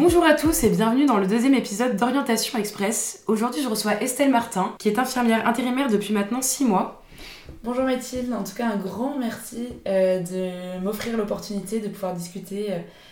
Bonjour à tous et bienvenue dans le deuxième épisode d'Orientation Express. Aujourd'hui, je reçois Estelle Martin, qui est infirmière intérimaire depuis maintenant 6 mois. Bonjour Mathilde, en tout cas un grand merci de m'offrir l'opportunité de pouvoir discuter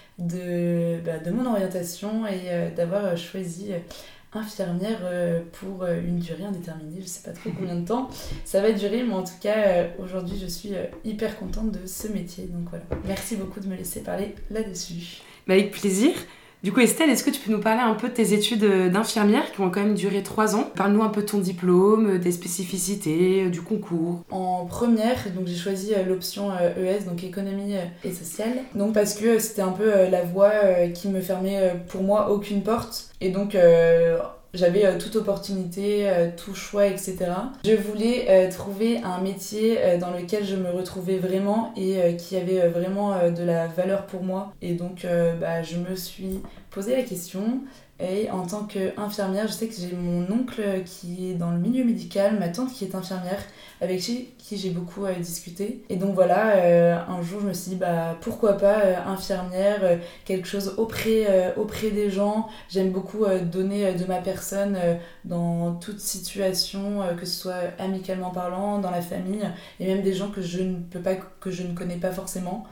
de mon orientation et d'avoir choisi infirmière pour une durée indéterminée. Je ne sais pas trop combien de temps ça va durer, mais en tout cas aujourd'hui je suis hyper contente de ce métier. Donc voilà, merci beaucoup de me laisser parler là-dessus. Avec plaisir. Du coup Estelle, est-ce que tu peux nous parler un peu de tes études d'infirmière qui ont quand même duré 3 ans? Parle-nous un peu de ton diplôme, des spécificités, du concours. En première, donc j'ai choisi l'option ES, donc économie et sociale. Donc parce que c'était un peu la voie qui me fermait pour moi aucune porte. Et donc j'avais toute opportunité, tout choix, etc. Je voulais trouver un métier dans lequel je me retrouvais vraiment et qui avait vraiment de la valeur pour moi. Et donc je me suis posé la question. Et en tant qu'infirmière, je sais que j'ai mon oncle qui est dans le milieu médical, ma tante qui est infirmière, avec qui j'ai beaucoup discuté. Et donc voilà, un jour je me suis dit pourquoi pas infirmière, quelque chose auprès des gens. J'aime beaucoup donner de ma personne dans toute situation, que ce soit amicalement parlant, dans la famille, et même des gens que je ne connais pas forcément.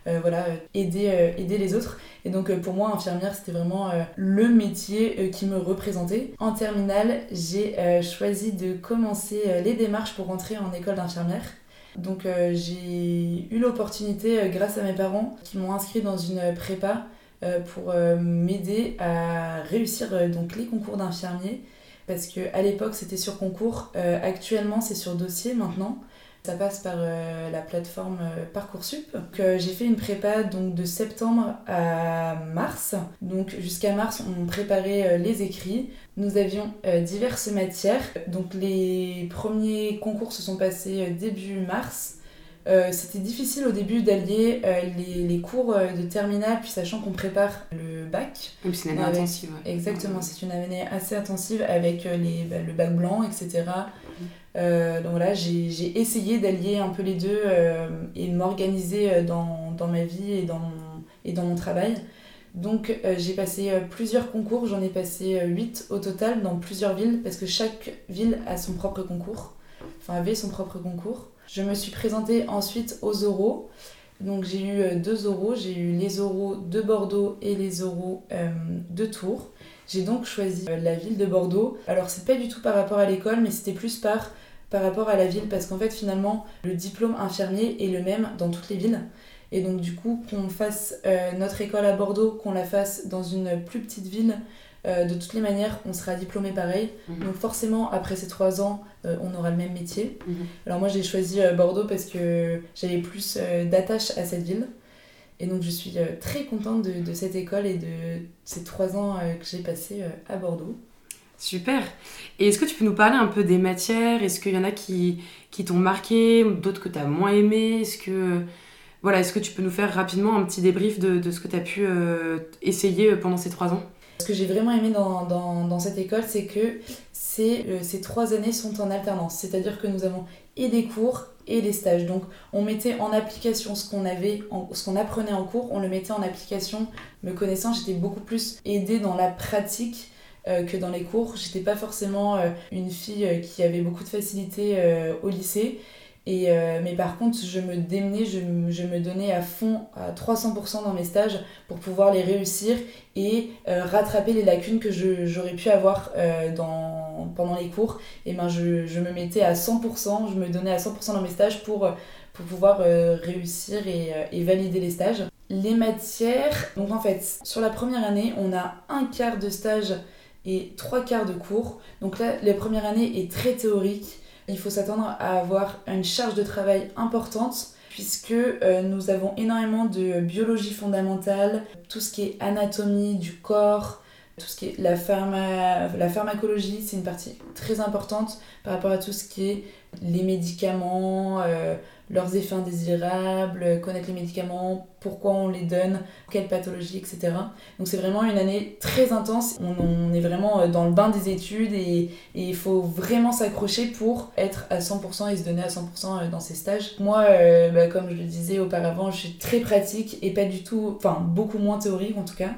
Aider les autres. Et donc pour moi, infirmière, c'était vraiment le métier qui me représentait. En terminale, j'ai choisi de commencer les démarches pour rentrer en école d'infirmière. Donc j'ai eu l'opportunité, grâce à mes parents, qui m'ont inscrit dans une prépa pour m'aider à réussir donc les concours d'infirmier. Parce qu'à l'époque, c'était sur concours. Actuellement, c'est sur dossier maintenant. Ça passe par la plateforme Parcoursup. Donc, j'ai fait une prépa donc, de septembre à mars. Donc jusqu'à mars, on préparait les écrits. Nous avions diverses matières. Donc les premiers concours se sont passés début mars. C'était difficile au début d'allier les cours de terminale, puis sachant qu'on prépare le bac. Et puis c'est une année intensive. Ouais. Exactement, c'est une année assez intensive avec le bac blanc, etc. Donc voilà, j'ai essayé d'allier un peu les deux et de m'organiser dans ma vie et dans mon travail. Donc j'ai passé plusieurs concours, j'en ai passé 8 au total dans plusieurs villes, parce que chaque ville a son propre concours, avait son propre concours. Je me suis présentée ensuite aux oraux. Donc j'ai eu 2 oraux, j'ai eu les oraux de Bordeaux et les oraux de Tours. J'ai donc choisi la ville de Bordeaux. Alors c'est pas du tout par rapport à l'école, mais c'était plus par rapport à la ville, parce qu'en fait finalement le diplôme infirmier est le même dans toutes les villes. Et donc du coup qu'on fasse notre école à Bordeaux, qu'on la fasse dans une plus petite ville, de toutes les manières on sera diplômé pareil. Donc forcément après ces 3 ans on aura le même métier. Alors moi j'ai choisi Bordeaux parce que j'avais plus d'attache à cette ville. Et donc je suis très contente de cette école et de ces 3 ans que j'ai passés à Bordeaux. Super. Et est-ce que tu peux nous parler un peu des matières? Est-ce qu'il y en a qui t'ont marqué, d'autres que tu as moins aimé? Est-ce que tu peux nous faire rapidement un petit débrief de ce que tu as pu essayer pendant ces 3 ans? Ce que j'ai vraiment aimé dans cette école, c'est que ces 3 années sont en alternance. C'est-à-dire que nous avons et des cours et des stages. Donc on mettait en application ce qu'on apprenait en cours, on le mettait en application. Me connaissant, j'étais beaucoup plus aidée dans la pratique que dans les cours. J'étais pas forcément une fille qui avait beaucoup de facilité au lycée. Mais par contre, je me démenais, je me donnais à fond, à 300% dans mes stages pour pouvoir les réussir et rattraper les lacunes que j'aurais pu avoir pendant les cours. Et je me mettais à 100%, je me donnais à 100% dans mes stages pour pouvoir réussir et valider les stages. Les matières, donc en fait, sur la première année, on a 1/4 de stage et 3/4 de cours. Donc là, la première année est très théorique. Il faut s'attendre à avoir une charge de travail importante, puisque nous avons énormément de biologie fondamentale, tout ce qui est anatomie du corps, tout ce qui est la pharmacologie, c'est une partie très importante par rapport à tout ce qui est les médicaments, leurs effets indésirables, connaître les médicaments, pourquoi on les donne, quelles pathologies, etc. Donc c'est vraiment une année très intense. On est vraiment dans le bain des études et il faut vraiment s'accrocher pour être à 100% et se donner à 100% dans ces stages. Moi, comme je le disais auparavant, je suis très pratique et pas du tout, beaucoup moins théorique en tout cas.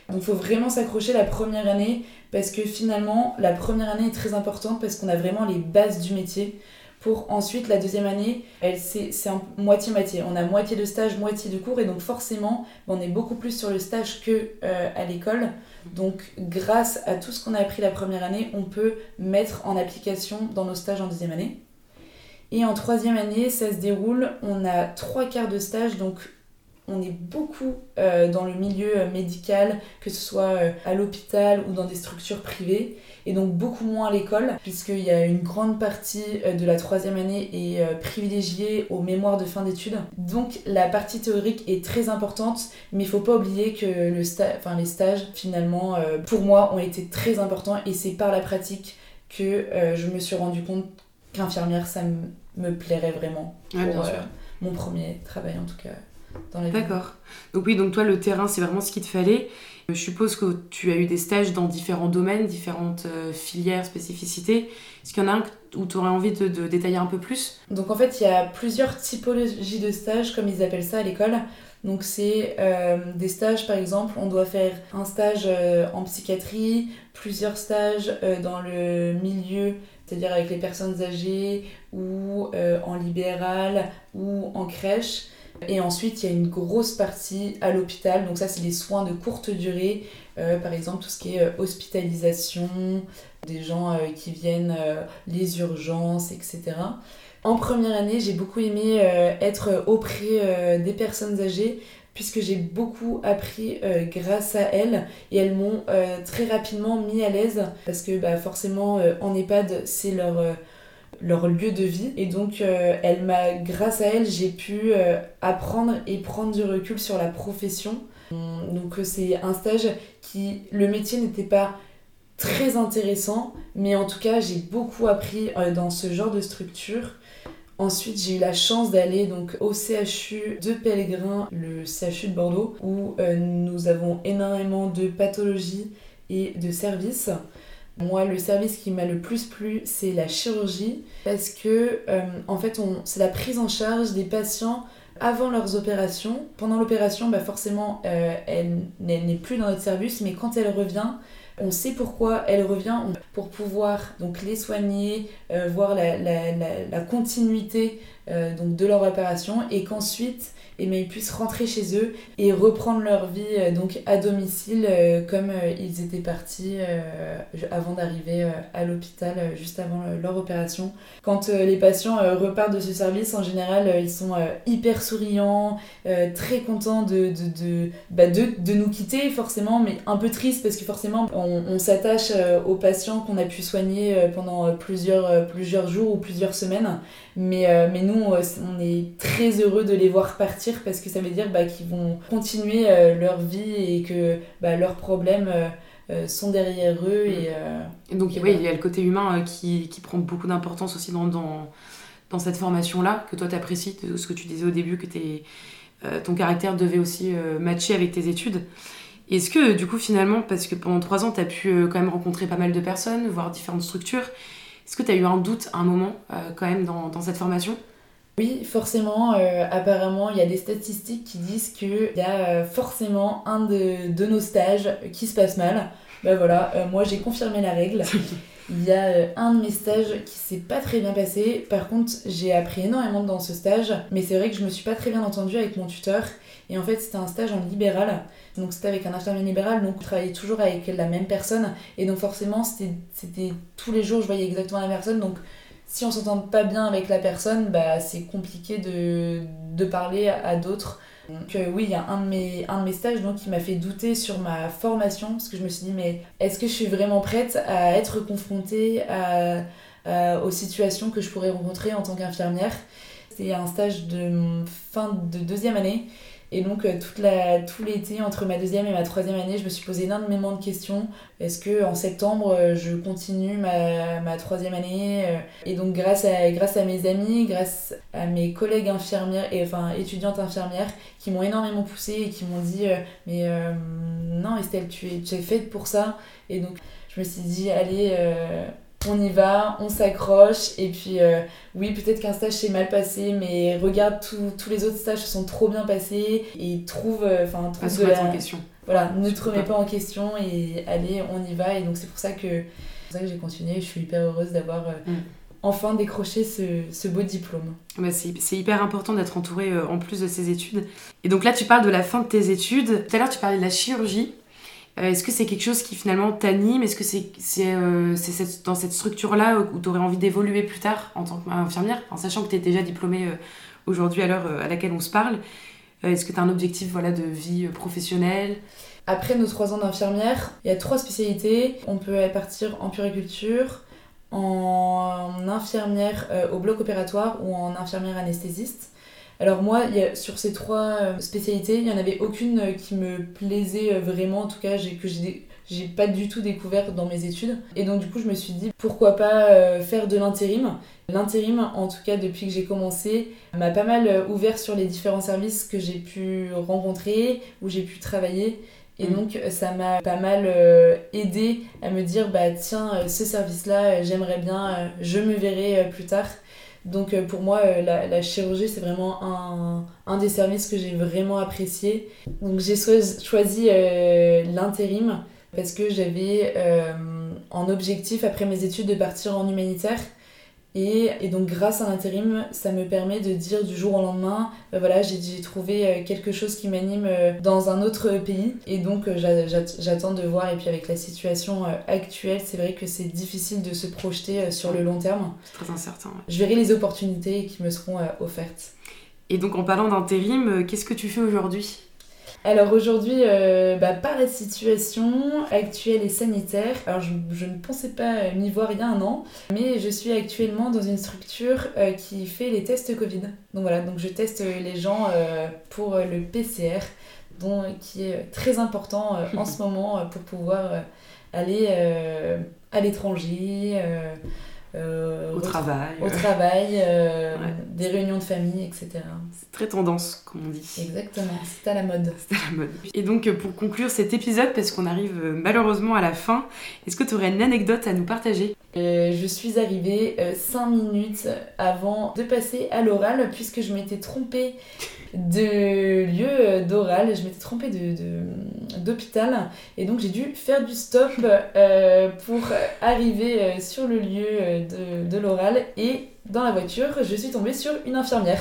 Donc il faut vraiment s'accrocher la première année parce que finalement la première année est très importante parce qu'on a vraiment les bases du métier. Pour ensuite la deuxième année, c'est un moitié-moitié. On a moitié de stage, moitié de cours et donc forcément on est beaucoup plus sur le stage que à l'école. Donc grâce à tout ce qu'on a appris la première année, on peut mettre en application dans nos stages en deuxième année. Et en troisième année, ça se déroule, on a 3/4 de stage, donc on est beaucoup dans le milieu médical, que ce soit à l'hôpital ou dans des structures privées, et donc beaucoup moins à l'école, puisqu'il y a une grande partie de la troisième année est privilégiée aux mémoires de fin d'études. Donc la partie théorique est très importante, mais il ne faut pas oublier que les stages, finalement, pour moi, ont été très importants, et c'est par la pratique que je me suis rendu compte qu'infirmière, ça me plairait vraiment pour mon premier travail en tout cas. Dans la vie. D'accord. Donc oui, donc toi, le terrain, c'est vraiment ce qu'il te fallait. Je suppose que tu as eu des stages dans différents domaines, différentes filières, spécificités. Est-ce qu'il y en a un où tu aurais envie de détailler un peu plus ? Donc en fait, il y a plusieurs typologies de stages, comme ils appellent ça à l'école. Donc c'est des stages, par exemple, on doit faire un stage en psychiatrie, plusieurs stages dans le milieu, c'est-à-dire avec les personnes âgées, ou en libéral, ou en crèche. Et ensuite, il y a une grosse partie à l'hôpital. Donc ça, c'est les soins de courte durée. Par exemple, tout ce qui est hospitalisation, des gens qui viennent, les urgences, etc. En première année, j'ai beaucoup aimé être auprès des personnes âgées puisque j'ai beaucoup appris grâce à elles. Et elles m'ont très rapidement mis à l'aise parce que forcément, en EHPAD, c'est leur lieu de vie et donc grâce à elle j'ai pu apprendre et prendre du recul sur la profession. Donc c'est un stage qui, le métier n'était pas très intéressant, mais en tout cas j'ai beaucoup appris dans ce genre de structure. Ensuite j'ai eu la chance d'aller donc au CHU de Pellegrin, le CHU de Bordeaux, où nous avons énormément de pathologies et de services. Moi, le service qui m'a le plus plu, c'est la chirurgie, parce que en fait, c'est la prise en charge des patients avant leurs opérations. Pendant l'opération, forcément, elle n'est plus dans notre service, mais quand elle revient, on sait pourquoi elle revient, pour pouvoir donc les soigner, voir la continuité donc de leur opération, et qu'ensuite ils puissent rentrer chez eux et reprendre leur vie donc à domicile comme ils étaient partis avant d'arriver à l'hôpital juste avant leur opération. Quand les patients repartent de ce service, en général ils sont hyper souriants, très contents de nous quitter forcément, mais un peu tristes parce que forcément on s'attache aux patients qu'on a pu soigner pendant plusieurs jours ou plusieurs semaines, mais nous on est très heureux de les voir partir parce que ça veut dire qu'ils vont continuer leur vie et que leurs problèmes sont derrière eux. Et donc oui, il y a le côté humain qui prend beaucoup d'importance aussi dans cette formation-là, que toi t'apprécies, ce que tu disais au début, que ton caractère devait aussi matcher avec tes études. Est-ce que du coup finalement, parce que pendant 3 ans t'as pu quand même rencontrer pas mal de personnes, voir différentes structures, est-ce que t'as eu un doute à un moment quand même dans cette formation ? Oui, forcément, apparemment, il y a des statistiques qui disent qu'il y a forcément un de nos stages qui se passe mal. Moi j'ai confirmé la règle. Il y a un de mes stages qui s'est pas très bien passé. Par contre, j'ai appris énormément dans ce stage, mais c'est vrai que je me suis pas très bien entendue avec mon tuteur. Et en fait, c'était un stage en libéral. Donc c'était avec un infirmier libéral, donc on travaillait toujours avec la même personne. Et donc forcément, c'était tous les jours, je voyais exactement la personne. Donc si on s'entend pas bien avec la personne, c'est compliqué de parler à d'autres. Donc oui, il y a un de mes stages donc, qui m'a fait douter sur ma formation, parce que je me suis dit, mais est-ce que je suis vraiment prête à être confrontée aux situations que je pourrais rencontrer en tant qu'infirmière ? C'était un stage de fin de deuxième année. Et donc tout l'été, entre ma deuxième et ma troisième année, je me suis posé énormément de questions. Est-ce qu'en septembre, je continue ma troisième année ? Et donc grâce à mes amis, grâce à mes collègues infirmières, étudiantes infirmières, qui m'ont énormément poussée et qui m'ont dit non Estelle, tu es faite pour ça. Et donc je me suis dit, allez... on y va, on s'accroche, et puis oui, peut-être qu'un stage s'est mal passé, mais regarde, tous les autres stages se sont trop bien passés, et trouve se remettre en question. voilà, ne te remets pas en question et allez, on y va. Et donc c'est pour ça que j'ai continué. Je suis hyper heureuse d'avoir enfin décroché ce beau diplôme. Bah c'est hyper important d'être entourée en plus de ses études. Et donc là, tu parles de la fin de tes études. Tout à l'heure, tu parlais de la chirurgie. Est-ce que c'est quelque chose qui finalement t'anime ? Est-ce que c'est dans cette structure-là où tu aurais envie d'évoluer plus tard en tant qu'infirmière, en sachant que tu es déjà diplômée aujourd'hui à l'heure à laquelle on se parle ? Est-ce que tu as un objectif de vie professionnelle ? Après nos 3 ans d'infirmière, il y a 3 spécialités. On peut partir en puériculture, en infirmière au bloc opératoire ou en infirmière anesthésiste. Alors moi, sur ces 3 spécialités, il n'y en avait aucune qui me plaisait vraiment, en tout cas que j'ai pas du tout découvert dans mes études. Et donc du coup, je me suis dit, pourquoi pas faire de l'intérim ? L'intérim, en tout cas depuis que j'ai commencé, m'a pas mal ouvert sur les différents services que j'ai pu rencontrer, où j'ai pu travailler. Et donc ça m'a pas mal aidé à me dire, tiens, ce service-là, j'aimerais bien, je me verrai plus tard. Donc pour moi, la chirurgie, c'est vraiment un des services que j'ai vraiment apprécié. Donc j'ai choisi l'intérim parce que j'avais en objectif, après mes études, de partir en humanitaire. Et donc grâce à l'intérim, ça me permet de dire du jour au lendemain, voilà, j'ai trouvé quelque chose qui m'anime dans un autre pays. Et donc j'attends de voir. Et puis avec la situation actuelle, c'est vrai que c'est difficile de se projeter sur le long terme. C'est très incertain. Ouais. Je verrai les opportunités qui me seront offertes. Et donc en parlant d'intérim, qu'est-ce que tu fais aujourd'hui ? Alors aujourd'hui, par la situation actuelle et sanitaire, alors je ne pensais pas m'y voir il y a un an, mais je suis actuellement dans une structure qui fait les tests Covid. Donc voilà, donc je teste les gens pour le PCR, qui est très important en ce moment pour pouvoir aller à l'étranger, au travail, des réunions de famille, etc. C'est très tendance, comme on dit. Exactement, c'est à la mode. Et donc, pour conclure cet épisode, parce qu'on arrive malheureusement à la fin, est-ce que tu aurais une anecdote à nous partager ? Je suis arrivée 5 minutes avant de passer à l'oral, puisque je m'étais trompée de lieu d'oral, je m'étais trompée d'hôpital, et donc j'ai dû faire du stop pour arriver sur le lieu de l'oral, et dans la voiture, je suis tombée sur une infirmière.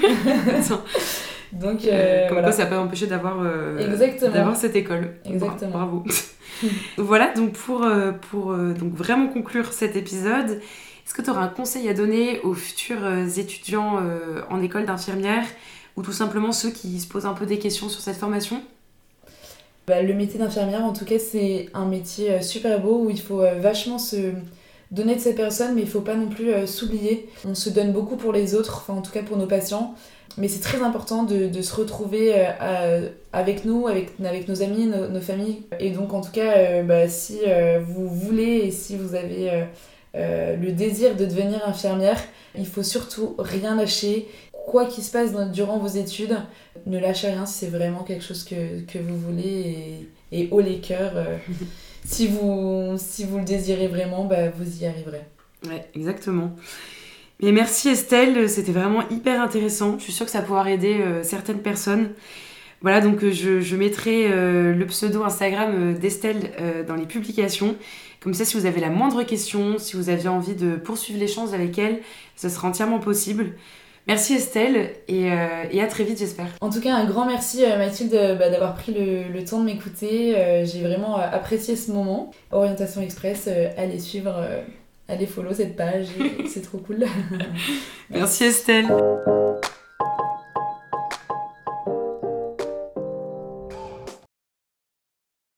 Donc, comme quoi ça n'a pas empêché d'avoir cette école. Exactement. Bravo. Voilà, donc pour donc vraiment conclure cet épisode, est-ce que tu auras un conseil à donner aux futurs étudiants en école d'infirmière, ou tout simplement ceux qui se posent un peu des questions sur cette formation ? Le métier d'infirmière, en tout cas, c'est un métier super beau où il faut vachement se donner de ses personnes, mais il ne faut pas non plus s'oublier. On se donne beaucoup pour les autres, enfin en tout cas pour nos patients, mais c'est très important de se retrouver avec nous, avec nos amis, nos familles. Et donc en tout cas, si vous voulez et si vous avez le désir de devenir infirmière, il faut surtout rien lâcher. Quoi qu'il se passe durant vos études, ne lâchez rien si c'est vraiment quelque chose que vous voulez, et haut les cœurs. Si vous le désirez vraiment, vous y arriverez. Ouais, exactement. Mais merci Estelle, c'était vraiment hyper intéressant. Je suis sûre que ça va pouvoir aider certaines personnes. Voilà, donc je mettrai le pseudo Instagram d'Estelle dans les publications. Comme ça, si vous avez la moindre question, si vous avez envie de poursuivre l'échange avec elle, ça sera entièrement possible. Merci Estelle, et à très vite, j'espère. En tout cas, un grand merci Mathilde d'avoir pris le temps de m'écouter. J'ai vraiment apprécié ce moment. Orientation Express, allez suivre, allez follow cette page, c'est trop cool. Merci Estelle.